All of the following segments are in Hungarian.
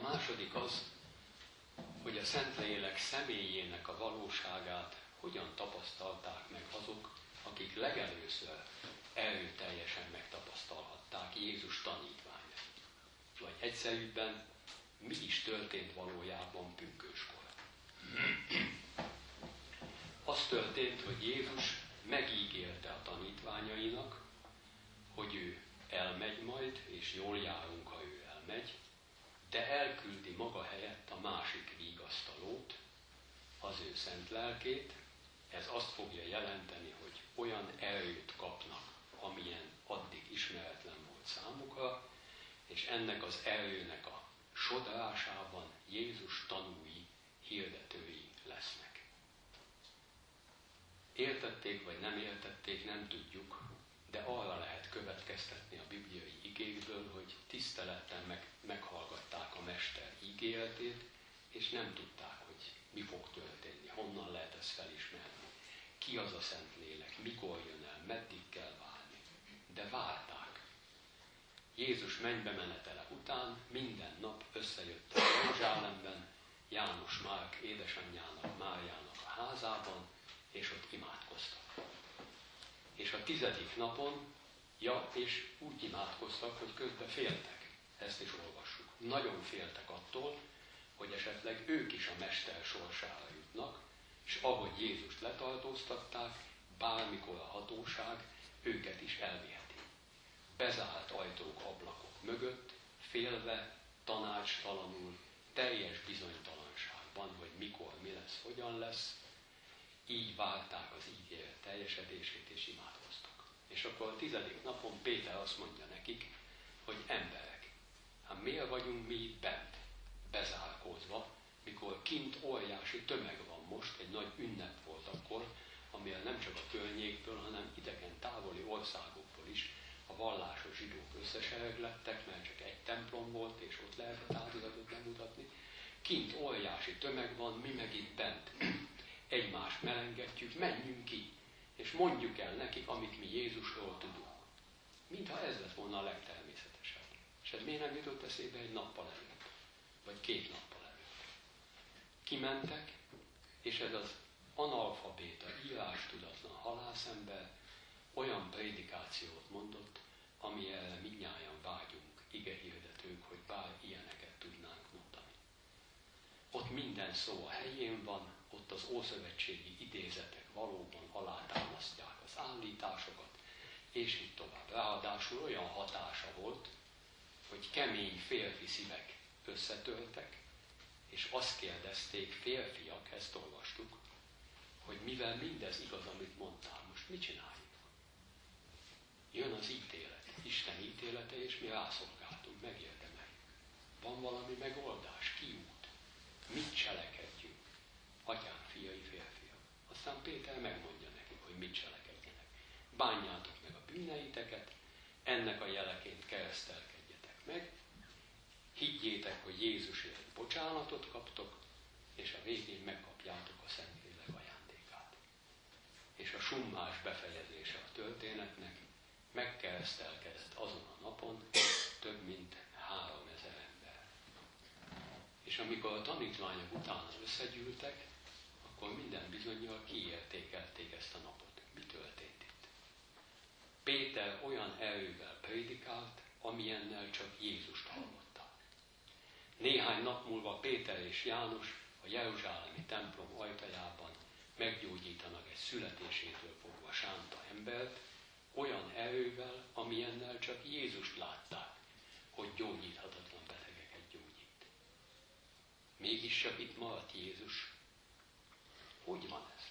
második az, hogy a Szentlélek személyének a valóságát hogyan tapasztalták meg azok, akik legelőször erőteljesen megtapasztalhatták Jézus tanítványát. Vagy egyszerűbben, mi is történt valójában pünköskor. Az történt, hogy Jézus megígérte a tanítványainak, hogy ő elmegy majd, és jól járunk, ha ő elmegy, de elküldi maga helyett a másik vigasztalót, az ő szent lelkét. Ez azt fogja jelenteni, hogy olyan erőt kapnak, amilyen addig ismeretlen volt számukra, és ennek az erőnek a sodrásában Jézus tanúi, hirdetői lesznek. Értették vagy nem értették, nem tudjuk, de arra lehet következtetni a bibliai igékből, hogy tisztelettel meghallgatták a Mester ígéretét, és nem tudták, hogy mi fog történni, honnan lehet ezt felismerni. Ki az a Szentlélek, mikor jön el, meddig kell várni. De várták. Jézus mennybe menetele után minden nap összejöttek Jeruzsálemben, János Márk édesanyjának, Máriának a házában, és ott imádkoztak. És a 10. napon, és úgy imádkoztak, hogy közben féltek. Ezt is olvassuk. Nagyon féltek attól, hogy esetleg ők is a Mester sorsára jutnak, és ahogy Jézust letartóztatták, bármikor a hatóság őket is elviheti. Bezárt ajtók, ablakok mögött, félve, tanácstalanul, teljes bizonytalanságban, hogy mikor, mi lesz, hogyan lesz, így várták az ígéret teljesedését, és imádkoztak. És akkor a 10. napon Péter azt mondja nekik, hogy emberek, hát miért vagyunk mi itt bent, bezárkózva, mikor kint óriási tömeg van most, egy nagy ünnep volt akkor, amivel nem csak a környékből, hanem idegen távoli országokból is a vallásos zsidók összesereglettek, mert csak egy templom volt, és ott lehetett áldozatot bemutatni. Kint óriási tömeg van, mi meg itt bent egymást melengetjük, menjünk ki, és mondjuk el nekik, amit mi Jézusról tudunk. Mintha ez lett volna a legtermészetesebb. És ez miért nem jutott eszébe egy nappal előtt? Vagy 2 nappal előtt? Kimentek, és ez az analfabéta, írástudatlan halászember olyan prédikációt mondott, ami erre mindnyájan vágyunk, igehirdetők, hogy bár ilyeneket tudnánk mondani. Ott minden szó a helyén van, ott az ószövetségi idézetek valóban alátámasztják az állításokat, és így tovább. Ráadásul olyan hatása volt, hogy kemény férfi szívek összetörtek, és azt kérdezték, férfiak, ezt olvastuk, hogy mivel mindez igaz, amit mondtál, most mit csináljuk? Jön az ítélet, Isten ítélete, és mi rászolgáltunk, megérdemeljük. Van valami megoldás, kiút? Mit cselekedjünk? Atyám, fiai, férfiak. Aztán Péter megmondja nekik, hogy mit cselekedjenek. Bánjátok meg a bűneiteket, ennek a jeleként keresztelkedjetek meg, higgyétek, hogy Jézusért bocsánatot kaptok, és a végén megkapjátok a Szentlélek ajándékát. És a summás befejezése a történetnek, megkeresztelkedett azon a napon több mint 3000 ember. És amikor a tanítványok utána összegyűltek, akkor minden bizonnyal kiértékelték ezt a napot. Mi történt itt? Péter olyan erővel prédikált, amilyennel csak Jézust hallotta. Néhány nap múlva Péter és János a jeruzsálemi templom ajtajában meggyógyítanak egy születésétől fogva sánta embert, olyan erővel, amilyennel csak Jézust látták, hogy gyógyíthatatlan betegeket gyógyít. Mégis csak itt maradt Jézus. Hogy van ez?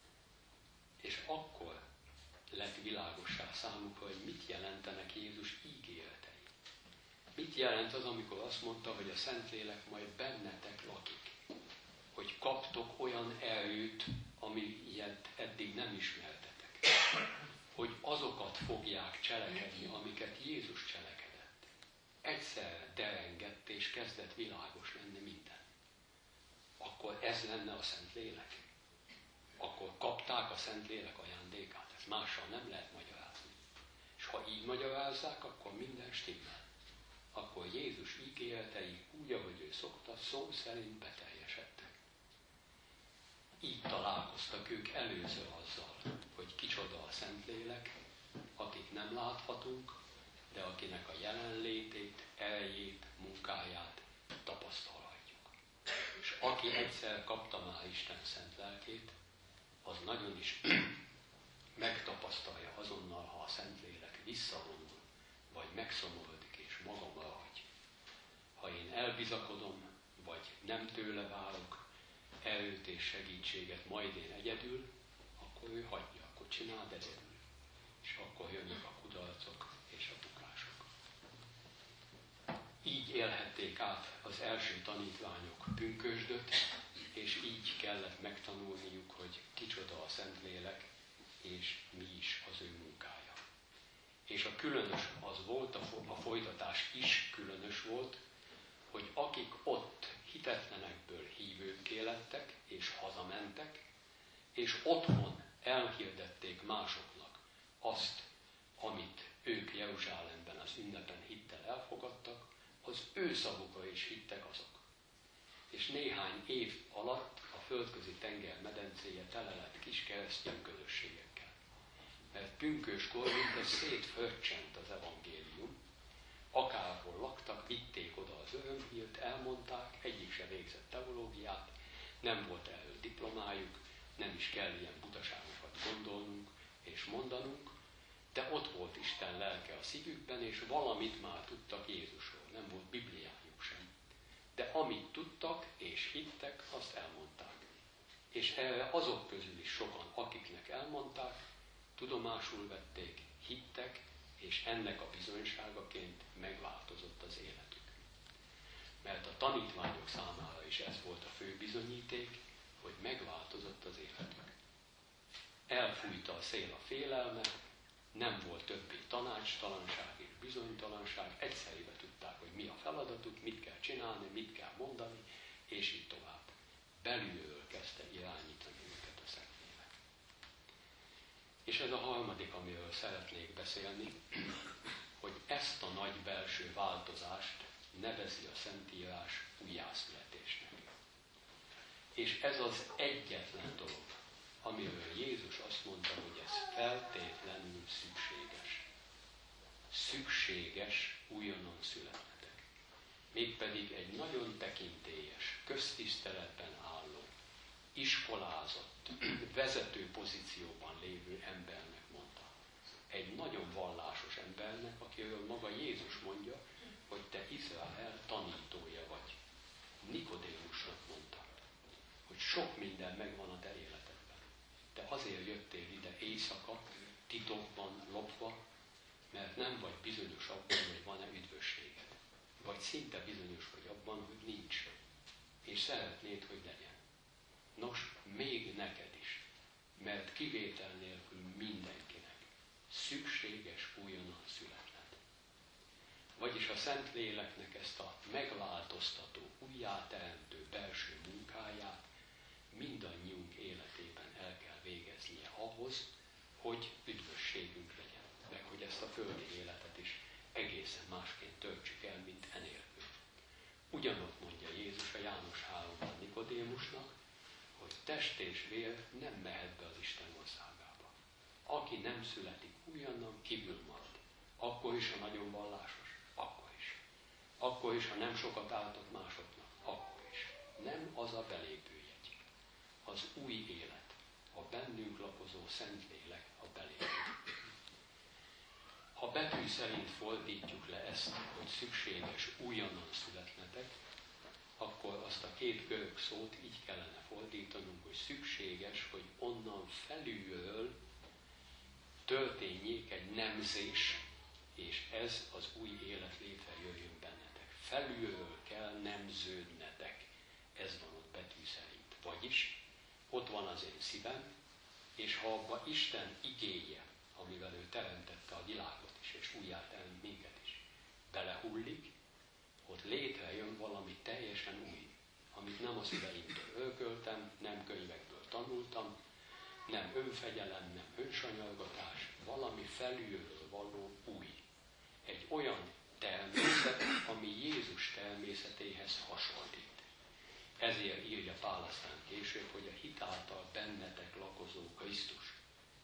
És akkor lett világossá számukra, hogy mit jelentenek Jézus ígéretei. Mit jelent az, amikor azt mondta, hogy a Szentlélek majd bennetek lakik? Hogy kaptok olyan erőt, amilyet eddig nem ismertetek. Hogy azokat fogják cselekedni, amiket Jézus cselekedett. Egyszerre derengett és kezdett világos lenni minden. Akkor ez lenne a Szentlélek? Akkor kapták a Szentlélek ajándékát? Ez mással nem lehet magyarázni. És ha így magyarázzák, akkor minden stimmel. Akkor Jézus ígéretei úgy, ahogy ő szokta szó szerint beteljesedtek. Így találkoztak ők először azzal, hogy kicsoda a Szentlélek, akit nem láthatunk, de akinek a jelenlétét, erejét, munkáját tapasztalhatjuk. És aki egyszer kapta már Isten szent lelkét, az nagyon is megtapasztalja azonnal, ha a Szentlélek visszavonul, vagy megszomorodik és magamra hagy. Ha én elbizakodom, vagy nem tőle várok erőt és segítséget, majd én egyedül, akkor ő hagyja, akkor csináld egyedül. És akkor jönnek a kudarcok és a bukások. Így élhették át az első tanítványok pünkösdöt, és így kellett megtanulniuk, hogy kicsoda a Szentlélek, és mi is az ő munkája. És a különös az volt, a folytatás is különös volt, hogy akik ott hitetlenekből hívőkké lettek, és hazamentek, és otthon elhirdették másoknak azt, amit ők Jeruzsálemben az ünnepen hittel elfogadtak, az ő szavukra is hittek azok. És néhány év alatt a földközi tenger medencéje tele lett kis keresztény közösségekkel. Mert pünköskor mindez szétfröccsent az evangélium, akárhol laktak, vitték oda az örömhírt, elmondták, egyik se végzett teológiát, nem volt erről diplomájuk, nem is kell ilyen butaságokat gondolnunk és mondanunk, de ott volt Isten lelke a szívükben, és valamit már tudtak Jézusról, nem volt Bibliájuk sem. De amit tudtak és hittek, azt elmondták. És erre azok közül is sokan, akiknek elmondták, tudomásul vették, hittek, és ennek a bizonyságaként megváltozott az életük. Mert a tanítványok számára is ez volt a fő bizonyíték, hogy megváltozott az életük. Elfújta a szél a félelmet, nem volt többé tanácstalanság és bizonytalanság, egyszerűen tudták, hogy mi a feladatuk, mit kell csinálni, mit kell mondani, és így tovább. Belülről kezdte irányítani őket a Szentlélek. És ez a harmadik, amiről szeretnék beszélni, hogy ezt a nagy belső változást nevezi a Szentírás újjászületésnek. És ez az egyetlen dolog, amiről Jézus azt mondta, hogy ez feltétlenül szükséges. Szükséges újonnan születnetek. Mégpedig egy nagyon tekintélyes, köztiszteletben álló, iskolázott, vezető pozícióban lévő embernek mondta. Egy nagyon vallásos embernek, akiről maga Jézus mondja, hogy te Izrael tanítója vagy. Nikodémusnak mondta, hogy sok minden megvan a te életedben. Te azért jöttél ide éjszaka, titokban, lopva, mert nem vagy bizonyos abban, hogy van-e üdvösséged. Vagy szinte bizonyos vagy abban, hogy nincs. És szeretnéd, hogy legyen. Nos, még neked is, mert kivétel nélkül mindenkinek szükséges újonnan születned. Vagyis a Szentléleknek ezt a megváltoztató, újjáteremtő belső munkáját mindannyiunk életében el kell végeznie ahhoz, hogy üdvösségünk legyen, meg hogy ezt a földi életet is egészen másként töltsük el, mint enélkül. Ugyanott mondja Jézus a János 3-ban Nikodémusnak, hogy test és vér nem mehet be az Isten országába. Aki nem születik újonnan, kívül marad. Akkor is, ha nagyon vallásos, akkor is. Akkor is, ha nem sokat ártott másoknak, akkor is. Nem az a belépőjegy. Az új élet, a bennünk lakozó Szentlélek a belépő. Ha betű szerint fordítjuk le ezt, hogy szükséges újonnan születnetek, akkor azt a két görög szót így kellene fordítanunk, hogy szükséges, hogy onnan felülről történjék egy nemzés, és ez az új élet létrejöjjön bennetek. Felülről kell nemződnetek. Ez van ott betű szerint. Vagyis ott van az én szívem, és ha abba Isten igéje, amivel ő teremtette a világot is, és újjáteremt minket is, belehullik, ott létrejön valami teljesen új, amit nem a szüleimtől örököltem, nem könyvekből tanultam, nem önfegyelem, nem önsanyargatás, valami felülről való új. Egy olyan természet, ami Jézus természetéhez hasonlít. Ezért írja Pál aztán később, hogy a hit által bennetek lakozó Krisztus.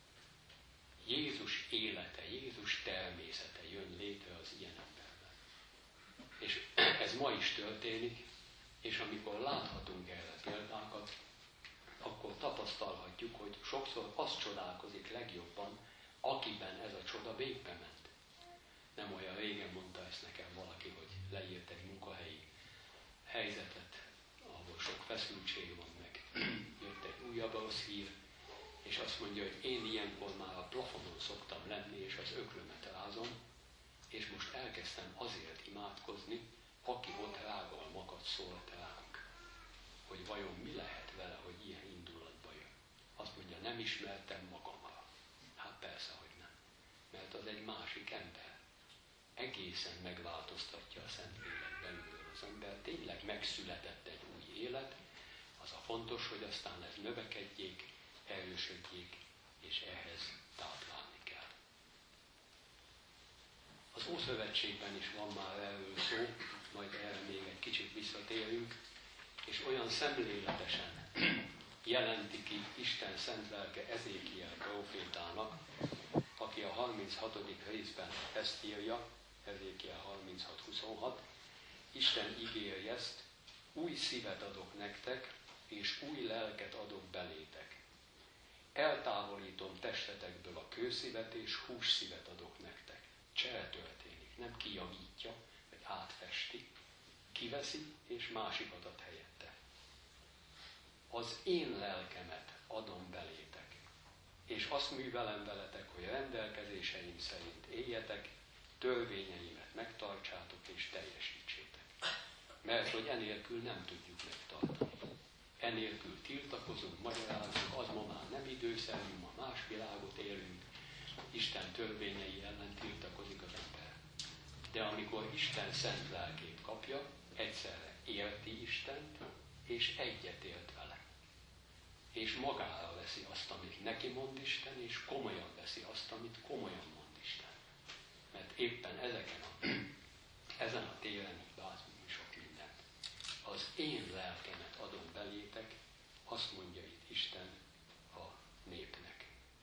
Jézus élete, Jézus természete jön létre az ilyen emberben. És ez ma is történik, és amikor láthatunk erre példákat, akkor tapasztalhatjuk, hogy sokszor az csodálkozik legjobban, akiben ez a csoda végbe ment. Nem olyan régen mondta ezt nekem valaki, hogy leírt egy munkahelyi helyzetet, ahol sok feszültség van, meg jött egy újabb rossz hír, és azt mondja, hogy én ilyenkor már a plafonon szoktam lenni, és az öklömet rázom, és most elkezdtem azért imádkozni, aki ott rágalmakat szólt ránk, hogy vajon mi lehet vele, hogy ilyen indulatba jön. Azt mondja, nem ismertem magamra. Hát persze, hogy nem. Mert az egy másik ember. Egészen megváltoztatja a Szentlélek belülről az ember. Tényleg megszületett egy új élet. Az a fontos, hogy aztán ez növekedjék, erősödjék, és ehhez táplálni kell. Az Ószövetségben is van már erről szó, majd erre még egy kicsit visszatérünk, és olyan szemléletesen jelenti ki Isten szent lelke Ezékiel prófétának, aki a 36. részben ezt írja, Ezékiel 36-26, Isten ígéri ezt, új szívet adok nektek, és új lelket adok belétek. Eltávolítom testetekből a kőszívet, és hússzívet adok nektek. Csere történik, nem kijavítja, vagy átfesti, kiveszi, és másikat ad helyette. Az én lelkemet adom belétek, és azt művelem veletek, hogy rendelkezéseim szerint éljetek, törvényeimet megtartsátok és teljesítsétek. Mert hogy enélkül nem tudjuk megtartani. Enélkül tiltakozunk, magyarázunk, az ma már nem időszerű, ma más világot élünk, Isten törvényei ellen tiltakozik az ember. De amikor Isten szent lelkét kapja, egyszerre érti Istent, és egyetért vele. És magára veszi azt, amit neki mond Isten, és komolyan veszi azt, amit komolyan mond Isten. Mert éppen ezen a téren hibázunk mi sok mindent. Az én lelkemet adom belétek, azt mondja itt Isten a népnek.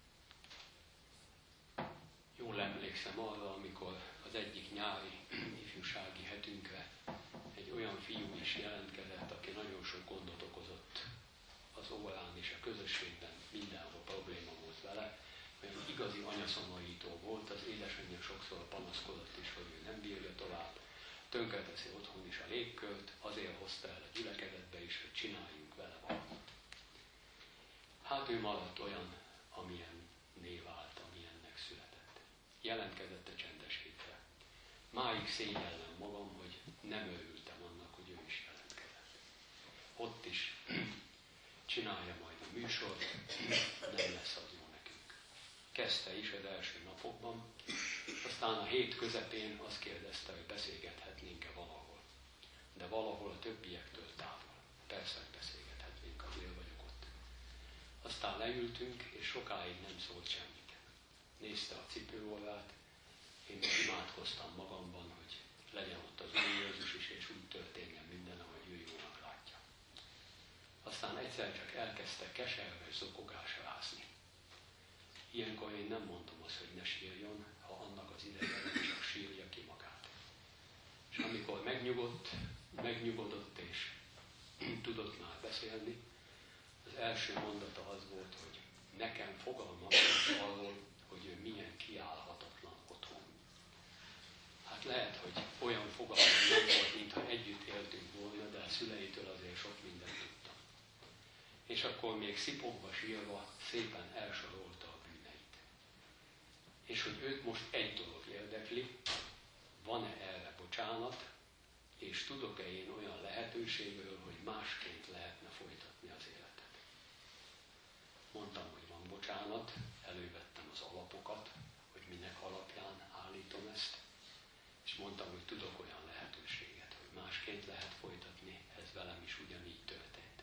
Jól emlékszem arra, amikor az egyik nyári ifjúsági hetünkre egy olyan fiú is jelentkezett, aki nagyon sok gondot okozott az órán és a közösségben, mindenhol probléma volt vele, olyan igazi anyaszomorító volt, az édesanyja sokszor panaszkodott is, hogy ő nem bírja tovább, tönkreteszi otthon is a légkört, azért hozta el a gyülekezetbe is, hogy csináljunk vele valamit. Hát ő maradt olyan, amilyenné vált, amilyennek született. Jelentkezett a csendes hitre. Máig szégyellem magam, hogy nem örültem annak, hogy ő is jelentkezett. Ott is csinálja majd a műsort, nem lesz az jó nekünk. Kezdte is az első napokban, aztán a hét közepén azt kérdezte, hogy beszélgethetnénk-e valahol. De valahol a többiektől távol. Persze, hogy beszélgethetnénk, azért vagyok ott. Aztán leültünk, és sokáig nem szólt semmit. Nézte a cipőórát, én meg imádkoztam magamban, hogy legyen ott az Úr Jézus is, és úgy történjen minden, ahogy ő jónak látja. Aztán egyszer csak elkezdte keserves zokogás rázni. Ilyenkor én nem mondom azt, hogy ne sírjon, ha annak az ideje, csak sírja ki magát. És amikor megnyugodott és tudott már beszélni, az első mondata az volt, hogy nekem fogalmam arról, hogy ő milyen kiállhatatlan otthon. Hát lehet, hogy olyan fogalmam nem volt, mintha együtt éltünk volna, de a szüleitől azért sok mindent tudtam. És akkor még szipogva sírva szépen elsorolta a bűneit. És hogy őt most egy dolog érdekli, van-e erre bocsánat, és tudok-e én olyan lehetőségről, hogy másként lehetne folytatni az életet. Mondtam, hogy van bocsánat, elővettem az alapokat, hogy minek alapján állítom ezt, és mondtam, hogy tudok olyan lehetőséget, hogy másként lehet folytatni, ez velem is ugyanígy történt.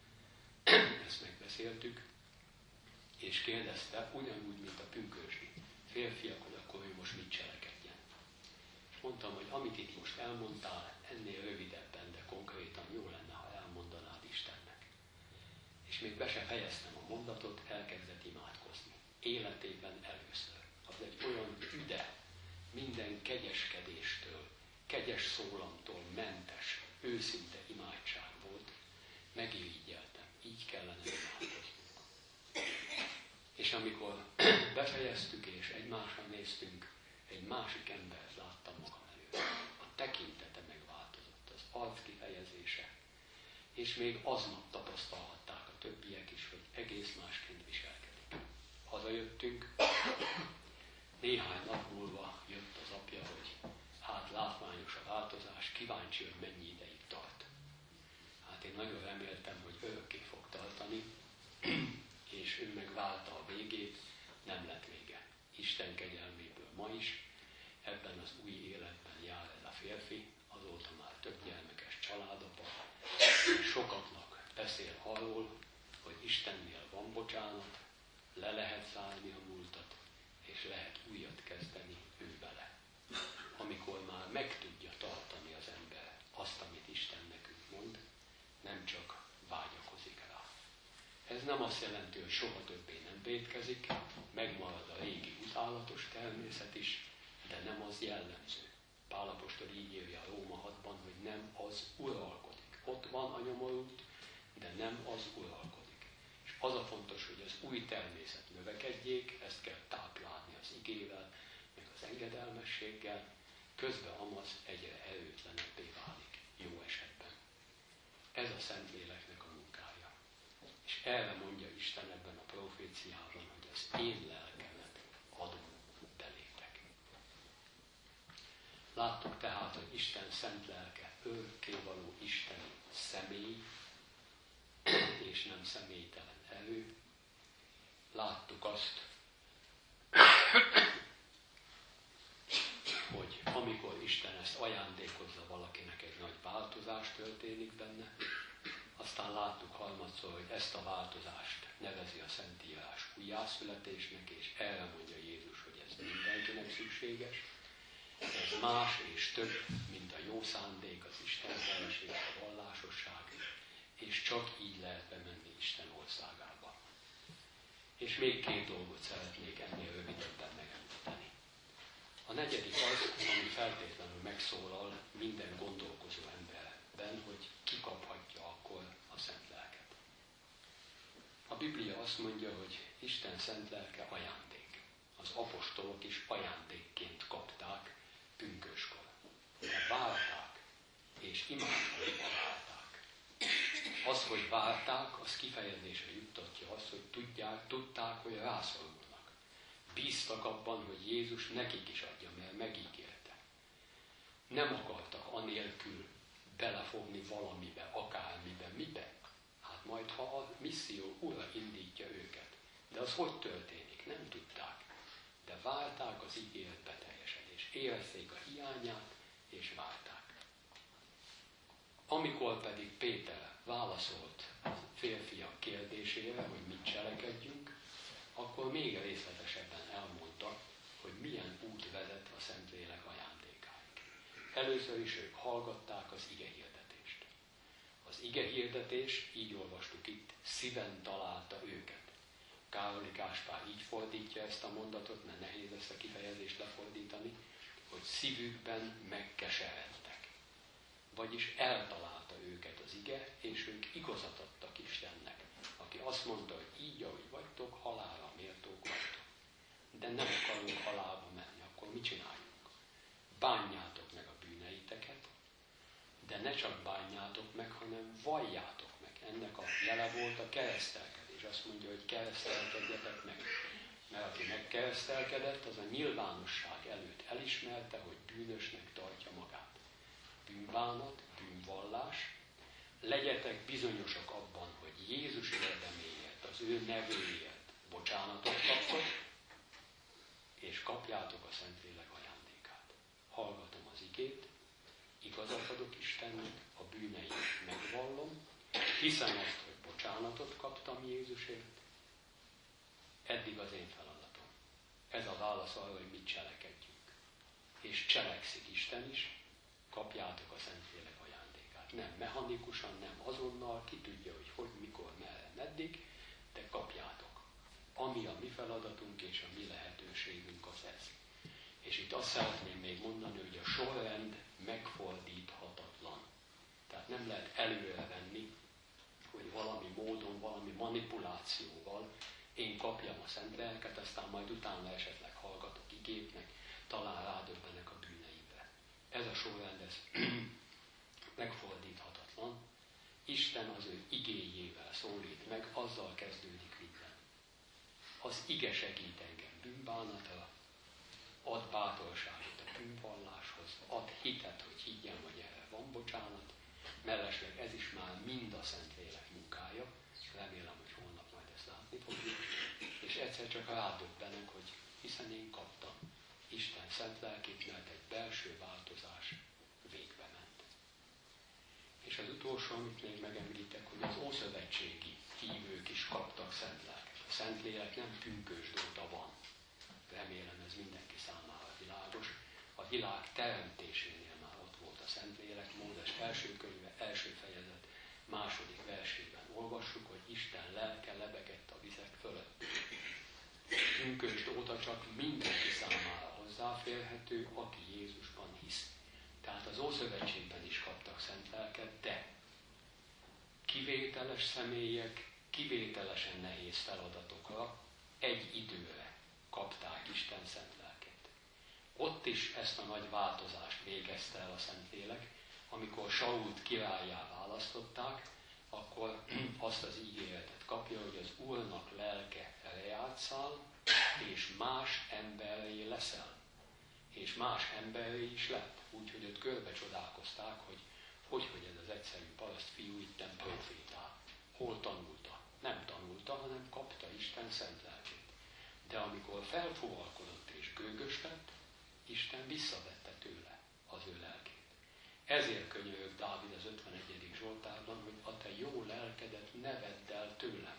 Ezt megbeszéltük, és kérdezte, ugyanúgy, mint a pünkösdi férfiak, hogy akkor ő most mit cselekedjen. És mondtam, hogy amit itt most elmondtál, ennél rövidebben, de konkrétan jó lenne, ha elmondanád befejeztem a mondatot, elkezdett imádkozni. Életében először. Az egy olyan üde, minden kegyeskedéstől, kegyes szólamtól mentes, őszinte imádság volt. Megirigyeltem, így kellene imádkoznunk. És amikor befejeztük és egymásra néztünk, egy másik embert láttam magam előtt. A tekintete megváltozott, az arc kifejezése. És még aznap tapasztalhatták a többiek is, hogy egész másként viselkedik. Hazajöttünk, néhány nap múlva jött az apja, hogy hát látványos a változás, kíváncsi, hogy mennyi ideig tart. Hát én nagyon reméltem, hogy örökké fog tartani, és ő megválta a végét, nem lett vége. Isten kegyelméből ma is, ebben az új életben jár ez a férfi, azóta már több gyermekes családapa, és sokaknak beszél arról, hogy Istennél van bocsánat, le lehet zárni a múltat, és lehet újat kezdeni ő vele. Amikor már meg tudja tartani az ember azt, amit Isten nekünk mond, nem csak vágyakozik rá. Ez nem azt jelenti, hogy soha többé nem vétkezik, megmarad a régi utálatos természet is, de nem az jellemző. Pál apostol így írja a Róma 6-ban, hogy nem az uralkodik. Ott van a nyomorult, de nem az uralkodik. És az a fontos, hogy az új természet növekedjék, ezt kell táplálni az igével, meg az engedelmességgel, közben amaz egyre erőtlenebbé válik, jó esetben. Ez a Szentléleknek a munkája. És erre mondja Isten ebben a proféciában, hogy az én lelkemet adom belétek. Láttuk tehát, hogy Isten szent lelke örökkévaló isteni személy, és nem személytelen erő. Láttuk azt, hogy amikor Isten ezt ajándékozza valakinek, egy nagy változás történik benne. Aztán láttuk harmadszor, hogy ezt a változást nevezi a Szentírás újjászületésnek, és erre mondja Jézus, hogy ez mindenkinek szükséges. Ez más és több, mint a jó szándék, az istentelenség, a vallásosság, és csak így lehet bemenni Isten országába. És még két dolgot szeretnék ennél rövidebben megemlíteni. A negyedik az, ami feltétlenül megszólal minden gondolkozó emberben, hogy ki kaphatja akkor a Szent Lelket. A Biblia azt mondja, hogy Isten Szent Lelke ajándék. Az apostolok is ajándékként kapták pünköskor. De várták, és imádkozva várták. Az, hogy várták, az kifejezésre juttatja azt, hogy tudták, hogy rászorulnak. Bíztak abban, hogy Jézus nekik is adja, mert megígérte. Nem akartak anélkül belefogni valamibe, akármibe, mibe. Hát majd, ha a misszió ura indítja őket. De az hogy történik? Nem tudták. De várták az ígéret beteljesedést. Érezték a hiányát, és várták. Amikor pedig Péter válaszolt a férfiak kérdésére, hogy mit cselekedjünk, akkor még részletesebben elmondta, hogy milyen út vezet a Szentlélek ajándékáig. Először is ők hallgatták az igehirdetést. Az igehirdetés, így olvastuk itt, szíven találta őket. Károli Gáspár így fordítja ezt a mondatot, mert nehéz ezt a kifejezést lefordítani, hogy szívükben megkeseredtek. Vagyis eltalálta őket az ige, és ők igazat adtak Istennek, aki azt mondta, hogy így, ahogy vagytok, halálra méltók vagytok. De nem akarunk halálba menni, akkor mit csináljunk? Bánjátok meg a bűneiteket, de ne csak bánjátok meg, hanem valljátok meg. Ennek a jele volt a keresztelkedés. Azt mondja, hogy keresztelkedjetek meg. Mert aki megkeresztelkedett, az a nyilvánosság előtt elismerte, hogy bűnösnek tartja magát. Bűnbánat, bűnvallás. Legyetek bizonyosak abban, hogy Jézus érdeméért, az ő nevéért bocsánatot kaptok, és kapjátok a Szentlélek ajándékát. Hallgatom az igét, igazat adok Istennek, a bűneit megvallom, hiszem azt, hogy bocsánatot kaptam Jézusért. Eddig az én feladatom. Ez a válasz arra, hogy mit cselekedjünk. És cselekszik Isten is, kapjátok a Szentlélek ajándékát. Nem mechanikusan, nem azonnal, ki tudja, hogy mikor, merre, meddig, de kapjátok. Ami a mi feladatunk és a mi lehetőségünk az ez. És itt azt szeretném még mondani, hogy a sorrend megfordíthatatlan. Tehát nem lehet előrevenni, hogy valami módon, valami manipulációval én kapjam a szent lelket, aztán majd utána esetleg hallgatok igéknek, talán rádöbbenek a bűneimre. Ez a sorrend, ez megfordíthatatlan. Isten az ő igéjével szólít meg, azzal kezdődik minden. Az ige segít engem bűnbánatra, ad bátorságot a bűnvalláshoz, ad hitet, hogy higgyem, hogy erre van bocsánat, mellesleg ez is már mind a Szentlélek munkája, remélem, hogy holnap majd ezt látni fogjuk, és egyszer csak rádöbbenek, hogy hiszen én kaptam Isten szent lelkét, mert egy belső változás végbe ment. És az utolsó, amit még megemlítek, hogy az ószövetségi hívők is kaptak szent lelket. A Szentlélek nem pünkösdóta van. Remélem ez mindenki számára világos. A világ teremtésénél már ott volt a Szentlélek. Mózes első könyve, első fejezet, második versében olvassuk, hogy Isten lelke lebegett a vizek fölött. Pünkösd óta csak mindenki számára hozzáférhető, aki Jézusban hisz. Tehát az Ószövetségben is kaptak szent lelket, de kivételes személyek, kivételesen nehéz feladatokra egy időre kapták Isten szent lelkét. Ott is ezt a nagy változást végezte el a Szentlélek, amikor Sault királlyá választották, akkor azt az ígéretet kapja, hogy az Úrnak lelke rejátszál, és más emberré leszel. És más emberré is lett. Úgyhogy ott körbe csodálkozták, hogy ez az egyszerű paraszt fiú itten profétál. Hol tanulta? Nem tanulta, hanem kapta Isten szent lelkét. De amikor felfuvalkodott és gőgös lett, Isten visszavette tőle az ő lelkét. Ezért könyörög Dávid az 51. Zsoltárban, hogy a te jó lelkedet ne vedd el tőlem.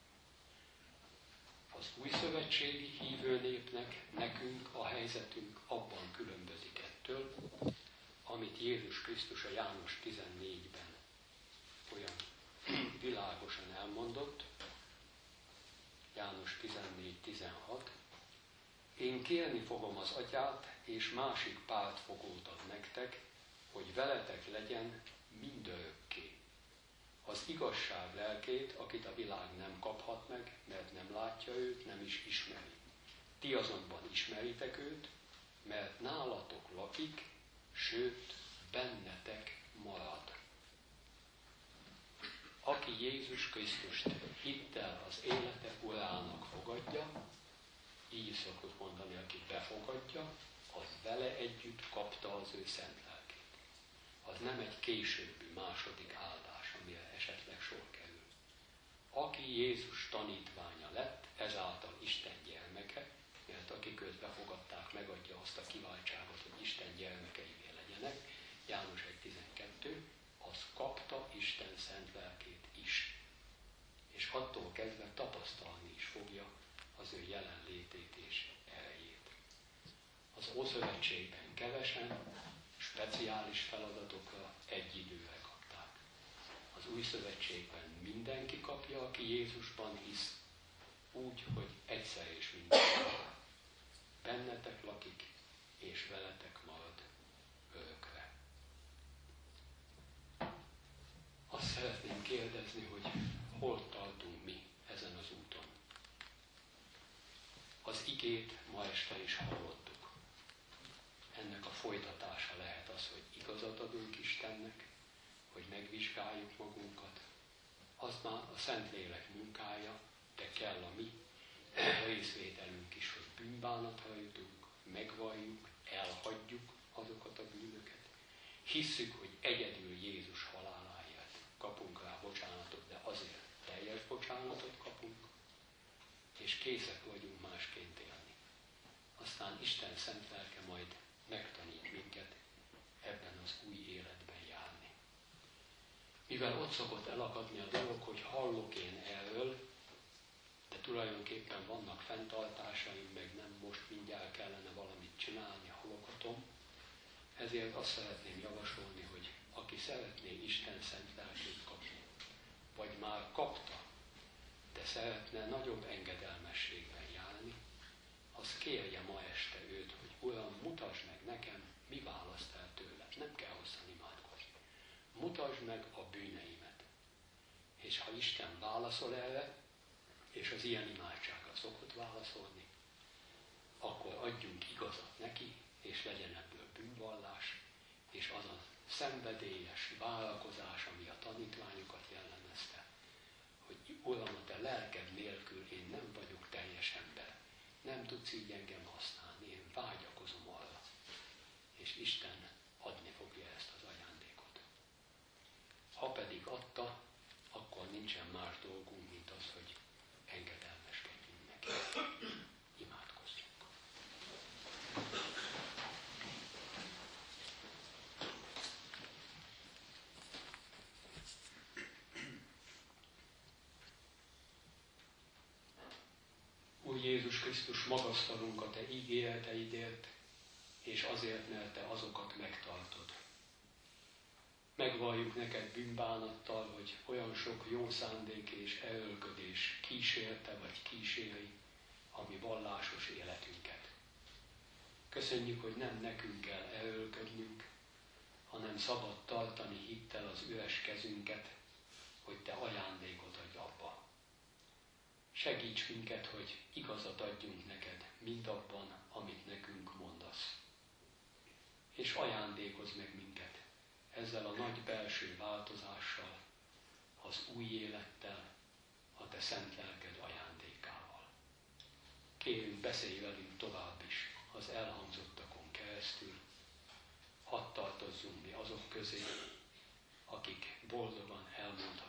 Az újszövetségi hívő népnek, nekünk a helyzetünk abban különbözik ettől, amit Jézus Krisztus a János 14-ben olyan világosan elmondott, János 14:16. Én kérni fogom az Atyát, és másik pártfogót ad nektek, hogy veletek legyen mindörökké. Az igazság lelkét, akit a világ nem kaphat meg, mert nem látja őt, nem is ismeri. Ti azonban ismeritek őt, mert nálatok lakik, sőt, bennetek marad. Aki Jézus Krisztust hittel az élete urának fogadja, így szokott mondani, aki befogadja, az vele együtt kapta az ő szent lelkét. Az nem egy későbbi második áldás, amire esetleg sor kerül. Aki Jézus tanítványa lett, ezáltal Isten gyermeke, mert akik őt befogadták, megadja azt a kiváltságot, hogy Isten gyermekeivé legyenek, János 1:12, az kapta Isten szent lelkét is. És attól kezdve tapasztalni is fogja az ő jelenlétét és erejét. Az Ószövetségben kevesen, speciális feladatokra egy időre kapták. Az Új Szövetségben mindenki kapja, aki Jézusban hisz, úgy, hogy egyszer és mindenki. Bennetek lakik, és veletek marad örökre. Azt szeretném kérdezni, hogy hol tartunk mi ezen az úton. Az igét ma este is hallottuk. Ennek a folytatása lehet az, hogy igazat adunk Istennek, hogy megvizsgáljuk magunkat. Az már a Szentlélek munkája, de kell a mi részvételünk is, hogy bűnbánatra jutunk, megvalljuk, elhagyjuk azokat a bűnöket. Hisszük, hogy egyedül Jézus haláláért kapunk rá bocsánatot, de azért teljes bocsánatot kapunk, és készek vagyunk másként élni. Aztán Isten szent lelke majd megtanít minket ebben az új életben járni. Mivel ott szokott elakadni a dolog, hogy hallok én erről, de tulajdonképpen vannak fenntartásaim, meg nem most mindjárt kellene valamit csinálni, halogatom, ezért azt szeretném javasolni, hogy aki szeretné Isten szent lelkét kapni, vagy már kapta, de szeretne nagyobb engedelmességben járni, az kérje ma este őt, hogy Uram, mutasd meg nekem, mi választ el tőled. Nem kell hosszan imádkozni. Mutasd meg a bűneimet. És ha Isten válaszol erre, és az ilyen imádságra szokott válaszolni, akkor adjunk igazat neki, és legyen ebből bűnvallás, és az a szenvedélyes várakozás, ami a tanítványokat jellemezte, hogy Uram, a te lelked nélkül én nem vagyok teljes ember. Nem tudsz így engem használni, én vágyakozom arra. És Isten adni fogja ezt az ajándékot. Ha pedig adta, akkor nincsen más dolgunk, mint az, hogy engedelmeskedjünk neki. Imádkozzunk. Úr Jézus Krisztus, magasztalunk a te ígéreteidért, és azért, mert te azokat megtartod. Megvalljuk neked bűnbánattal, hogy olyan sok jó szándék és erőlködés kísérte vagy kíséri a mi vallásos életünket. Köszönjük, hogy nem nekünk kell erőlködnünk, hanem szabad tartani hittel az üres kezünket, hogy te ajándékot adj abba. Segíts minket, hogy igazat adjunk neked mindabban, amit nekünk mondasz. És ajándékozz meg minket ezzel a nagy belső változással, az új élettel, a te szent lelked ajándékával. Kérünk, beszélj velünk tovább is az elhangzottakon keresztül, hadd tartozzunk mi azok közé, akik boldogan elmondhatják